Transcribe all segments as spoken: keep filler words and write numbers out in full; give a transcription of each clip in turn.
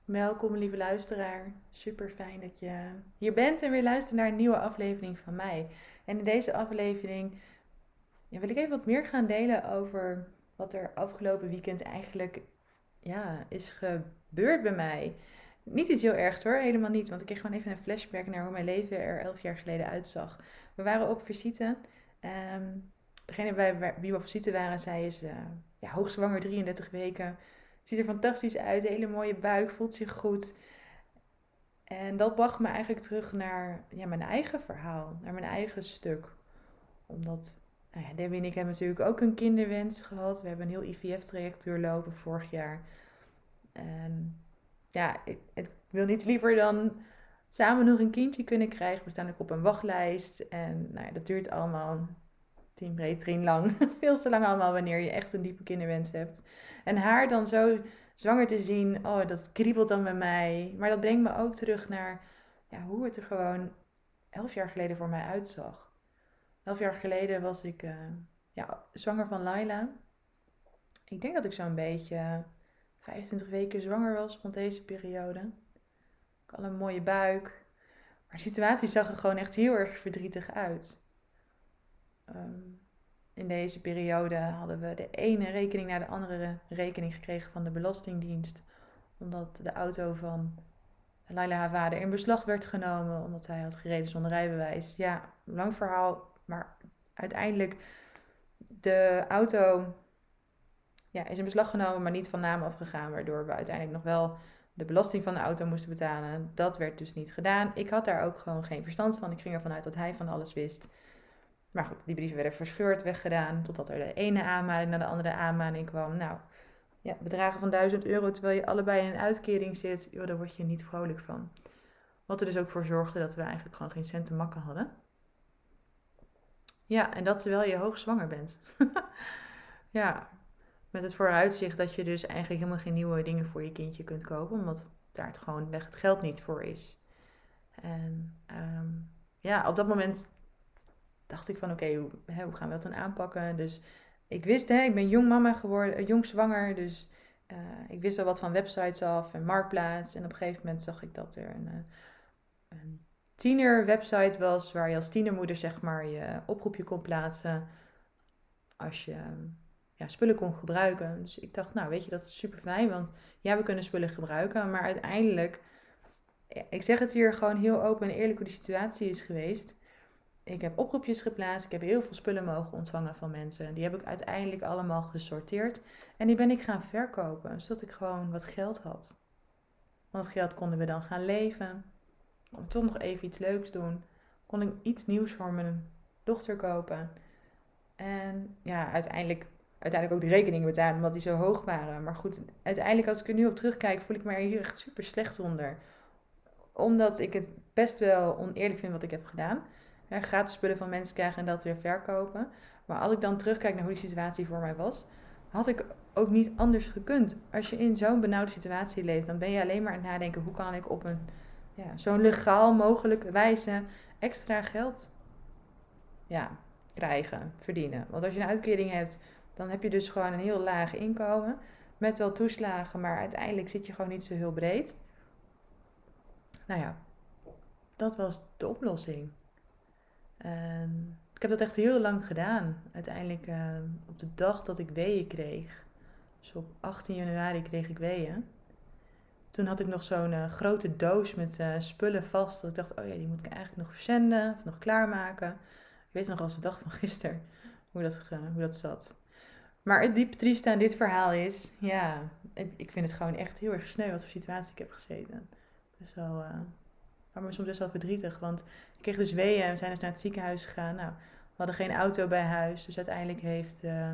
Welkom, lieve luisteraar. Super fijn dat je hier bent en weer luistert naar een nieuwe aflevering van mij. En in deze aflevering ja, wil ik even wat meer gaan delen over wat er afgelopen weekend eigenlijk ja, is gebeurd bij mij. Niet iets heel ergs hoor, helemaal niet. Want ik kreeg gewoon even een flashback naar hoe mijn leven er elf jaar geleden uitzag. We waren op visite. Ehm degene bij wie we op visite waren, zij is uh, ja, hoogzwanger, drieëndertig weken. Ziet er fantastisch uit, hele mooie buik, voelt zich goed. En dat bracht me eigenlijk terug naar ja, mijn eigen verhaal, naar mijn eigen stuk. Omdat, nou ja, Debbie en ik hebben natuurlijk ook een kinderwens gehad. We hebben een heel I V F-traject doorlopen vorig jaar. En ja, ik, ik wil niets liever dan samen nog een kindje kunnen krijgen. We staan ook op een wachtlijst. En nou ja, dat duurt allemaal tien breed, lang. Veel te lang allemaal wanneer je echt een diepe kinderwens hebt. En haar dan zo zwanger te zien, oh, dat kriebelt dan bij mij. Maar dat brengt me ook terug naar ja, hoe het er gewoon elf jaar geleden voor mij uitzag. Elf jaar geleden was ik uh, ja, zwanger van Laila. Ik denk dat ik zo'n beetje vijfentwintig weken zwanger was rond deze periode. Ik had een mooie buik. Maar de situatie zag er gewoon echt heel erg verdrietig uit. Um, in deze periode hadden we de ene rekening naar de andere rekening gekregen van de Belastingdienst. Omdat de auto van Laila haar vader in beslag werd genomen. Omdat hij had gereden zonder rijbewijs. Ja, lang verhaal. Maar uiteindelijk de auto ja, is in beslag genomen, maar niet van naam afgegaan. Waardoor we uiteindelijk nog wel de belasting van de auto moesten betalen. Dat werd dus niet gedaan. Ik had daar ook gewoon geen verstand van. Ik ging ervan uit dat hij van alles wist. Maar goed, die brieven werden verscheurd, weggedaan. Totdat er de ene aanmaning naar de andere aanmaning kwam. Nou, ja, bedragen van duizend euro terwijl je allebei in een uitkering zit. Joh, daar word je niet vrolijk van. Wat er dus ook voor zorgde dat we eigenlijk gewoon geen cent te makken hadden. Ja, en dat terwijl je hoogzwanger bent. Ja, met het vooruitzicht dat je dus eigenlijk helemaal geen nieuwe dingen voor je kindje kunt kopen. Omdat daar het gewoon weg het geld niet voor is. En um, ja, op dat moment dacht ik van oké, okay, hoe, hoe gaan we dat dan aanpakken? Dus ik wist, hè, ik ben jong mama geworden, jong zwanger. Dus uh, ik wist al wat van websites af en Marktplaats. En op een gegeven moment zag ik dat er een, uh, een tiener website was waar je als tienermoeder zeg maar je oproepje kon plaatsen als je ja, spullen kon gebruiken. Dus ik dacht, nou weet je, dat is super fijn, want ja, we kunnen spullen gebruiken. Maar uiteindelijk, ik zeg het hier gewoon heel open en eerlijk hoe die situatie is geweest. Ik heb oproepjes geplaatst. Ik heb heel veel spullen mogen ontvangen van mensen. Die heb ik uiteindelijk allemaal gesorteerd. En die ben ik gaan verkopen. Zodat ik gewoon wat geld had. Want dat geld konden we dan gaan leven. Kon ik toch nog even iets leuks doen. Kon ik iets nieuws voor mijn dochter kopen. En ja, uiteindelijk, uiteindelijk ook de rekeningen betalen. Omdat die zo hoog waren. Maar goed, uiteindelijk als ik er nu op terugkijk. Voel ik me er hier echt super slecht onder. Omdat ik het best wel oneerlijk vind wat ik heb gedaan. Ja, gratis spullen van mensen krijgen en dat weer verkopen. Maar als ik dan terugkijk naar hoe die situatie voor mij was, had ik ook niet anders gekund. Als je in zo'n benauwde situatie leeft, dan ben je alleen maar aan het nadenken hoe kan ik op een ja, zo'n legaal mogelijke wijze extra geld ja, krijgen, verdienen. Want als je een uitkering hebt, dan heb je dus gewoon een heel laag inkomen. Met wel toeslagen, maar uiteindelijk zit je gewoon niet zo heel breed. Nou ja, dat was de oplossing. En ik heb dat echt heel lang gedaan. Uiteindelijk uh, op de dag dat ik weeën kreeg. Dus op achttien januari kreeg ik weeën. Toen had ik nog zo'n uh, grote doos met uh, spullen vast. Dat ik dacht, oh ja, die moet ik eigenlijk nog verzenden of nog klaarmaken. Ik weet nog als de dag van gisteren hoe dat, uh, hoe dat zat. Maar het diep trieste aan dit verhaal is, ja, het, ik vind het gewoon echt heel erg sneu wat voor situatie ik heb gezeten. Dus wel... Uh, maar me soms best wel verdrietig. Want ik kreeg dus weeën en we zijn dus naar het ziekenhuis gegaan. Nou, we hadden geen auto bij huis. Dus uiteindelijk heeft... Uh,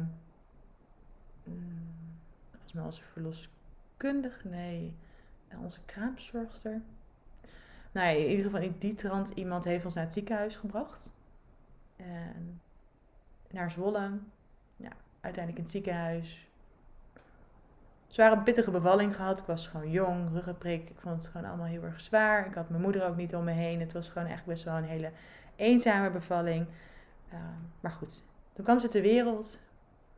mm, volgens mij onze verloskundige... Nee, onze kraamzorgster. Nou ja, in ieder geval in die trant. Iemand heeft ons naar het ziekenhuis gebracht. En naar Zwolle. Ja, uiteindelijk in het ziekenhuis. Zware pittige bevalling gehad. Ik was gewoon jong, ruggenprik. Ik vond het gewoon allemaal heel erg zwaar. Ik had mijn moeder ook niet om me heen. Het was gewoon echt best wel een hele eenzame bevalling. Uh, maar goed, toen kwam ze ter wereld.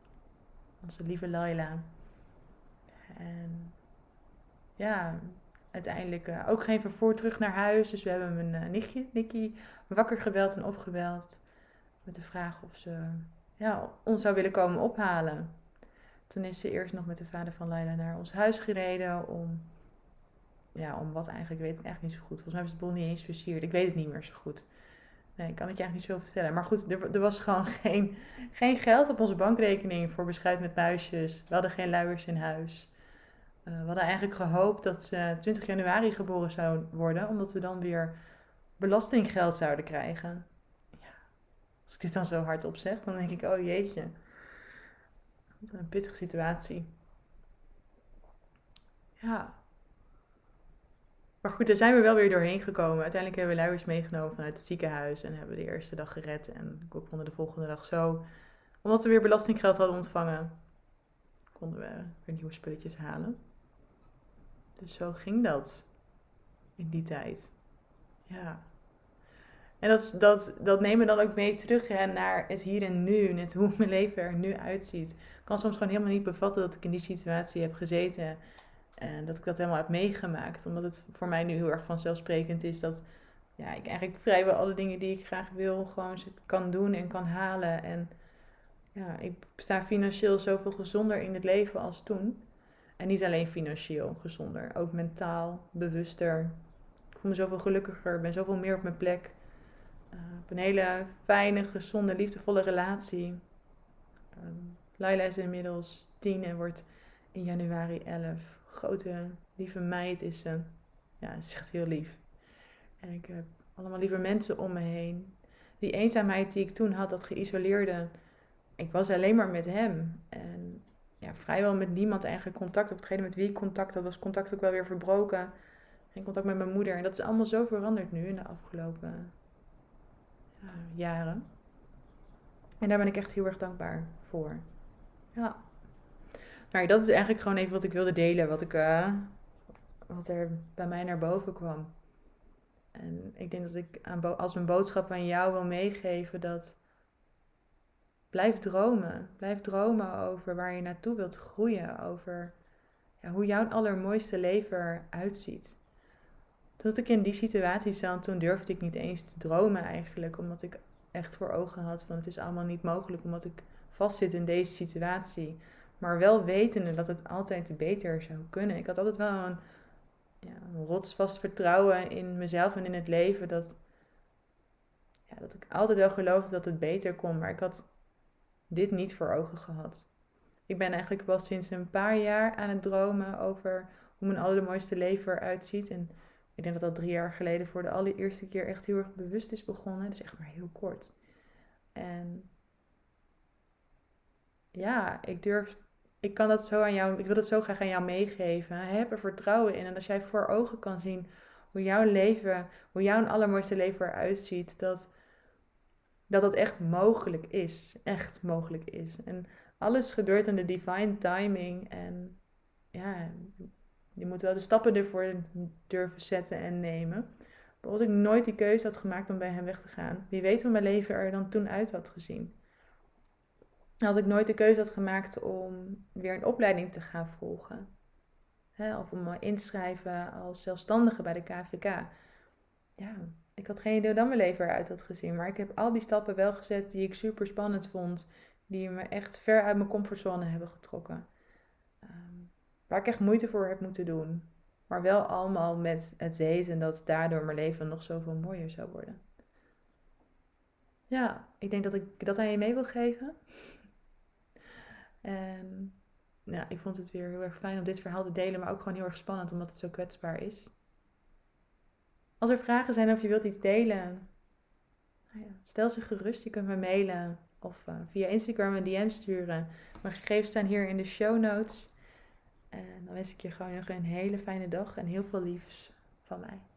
Onze lieve Laila. En ja, uiteindelijk uh, ook geen vervoer terug naar huis. Dus we hebben mijn uh, nichtje, Nikki, wakker gebeld en opgebeld. Met de vraag of ze ja, ons zou willen komen ophalen. Toen is ze eerst nog met de vader van Laila naar ons huis gereden. Om, ja, om wat eigenlijk, weet ik eigenlijk niet zo goed. Volgens mij hebben ze het bol niet eens versierd. Ik weet het niet meer zo goed. Nee, ik kan het je eigenlijk niet zo vertellen. Maar goed, er, er was gewoon geen, geen geld op onze bankrekening voor beschuit met muisjes. We hadden geen luiers in huis. Uh, we hadden eigenlijk gehoopt dat ze twintig januari geboren zou worden. Omdat we dan weer belastinggeld zouden krijgen. Ja, als ik dit dan zo hardop zeg, dan denk ik, oh jeetje. Wat een pittige situatie. Ja. Maar goed, daar zijn we wel weer doorheen gekomen. Uiteindelijk hebben we luiers meegenomen vanuit het ziekenhuis. En hebben we de eerste dag gered. En we konden de volgende dag zo. Omdat we weer belastinggeld hadden ontvangen. Konden we weer nieuwe spulletjes halen. Dus zo ging dat. In die tijd. Ja. En dat, dat, dat nemen we dan ook mee terug hè, naar het hier en nu. Net hoe mijn leven er nu uitziet. Ik kan soms gewoon helemaal niet bevatten dat ik in die situatie heb gezeten. En dat ik dat helemaal heb meegemaakt. Omdat het voor mij nu heel erg vanzelfsprekend is dat ja, ik eigenlijk vrijwel alle dingen die ik graag wil gewoon kan doen en kan halen. En ja, ik sta financieel zoveel gezonder in het leven als toen. En niet alleen financieel gezonder, ook mentaal, bewuster. Ik voel me zoveel gelukkiger, ben zoveel meer op mijn plek. Uh, op een hele fijne, gezonde, liefdevolle relatie. Um, Laila is inmiddels tien en wordt in januari elf. Grote, lieve meid is ze. Ja, ze is echt heel lief. En ik heb allemaal lieve mensen om me heen. Die eenzaamheid die ik toen had, dat geïsoleerde. Ik was alleen maar met hem. En ja, vrijwel met niemand eigenlijk contact. Of hetgene met wie ik contact had, was contact ook wel weer verbroken. Geen contact met mijn moeder. En dat is allemaal zo veranderd nu in de afgelopen ja, jaren. En daar ben ik echt heel erg dankbaar voor. Ja. Maar dat is eigenlijk gewoon even wat ik wilde delen. Wat, ik, uh, wat er bij mij naar boven kwam. En ik denk dat ik aan bo- als mijn boodschap aan jou wil meegeven dat blijf dromen. Blijf dromen over waar je naartoe wilt groeien. Over ja, hoe jouw allermooiste leven eruit ziet. Toen ik in die situatie zat, toen durfde ik niet eens te dromen eigenlijk. Omdat ik echt voor ogen had van het is allemaal niet mogelijk. Omdat ik vastzit in deze situatie. Maar wel wetende dat het altijd beter zou kunnen. Ik had altijd wel een, ja, een rotsvast vertrouwen in mezelf en in het leven. Dat, ja, dat ik altijd wel geloofde dat het beter kon. Maar ik had dit niet voor ogen gehad. Ik ben eigenlijk wel sinds een paar jaar aan het dromen over hoe mijn allermooiste leven eruit ziet. En ik denk dat dat drie jaar geleden voor de allereerste keer echt heel erg bewust is begonnen. Het is echt maar heel kort. En ja, ik durf, ik kan dat zo aan jou, ik wil dat zo graag aan jou meegeven. Heb er vertrouwen in. En als jij voor ogen kan zien hoe jouw leven, hoe jouw allermooiste leven eruit ziet, dat dat dat echt mogelijk is. Echt mogelijk is. En alles gebeurt in de divine timing. En ja, je moet wel de stappen ervoor durven zetten en nemen. Maar als ik nooit die keuze had gemaakt om bij hem weg te gaan, wie weet hoe mijn leven er dan toen uit had gezien. Als ik nooit de keuze had gemaakt om weer een opleiding te gaan volgen. Hè, of om me inschrijven als zelfstandige bij de K V K. Ja, ik had geen idee hoe dan mijn leven eruit had gezien. Maar ik heb al die stappen wel gezet die ik super spannend vond. Die me echt ver uit mijn comfortzone hebben getrokken. Um, waar ik echt moeite voor heb moeten doen. Maar wel allemaal met het weten dat daardoor mijn leven nog zoveel mooier zou worden. Ja, ik denk dat ik dat aan je mee wil geven. En ja, ik vond het weer heel erg fijn om dit verhaal te delen. Maar ook gewoon heel erg spannend omdat het zo kwetsbaar is. Als er vragen zijn of je wilt iets delen, nou ja, stel ze gerust. Je kunt me mailen of uh, via Instagram een D M sturen. Mijn gegevens staan hier in de show notes. En dan wens ik je gewoon nog een hele fijne dag en heel veel liefs van mij.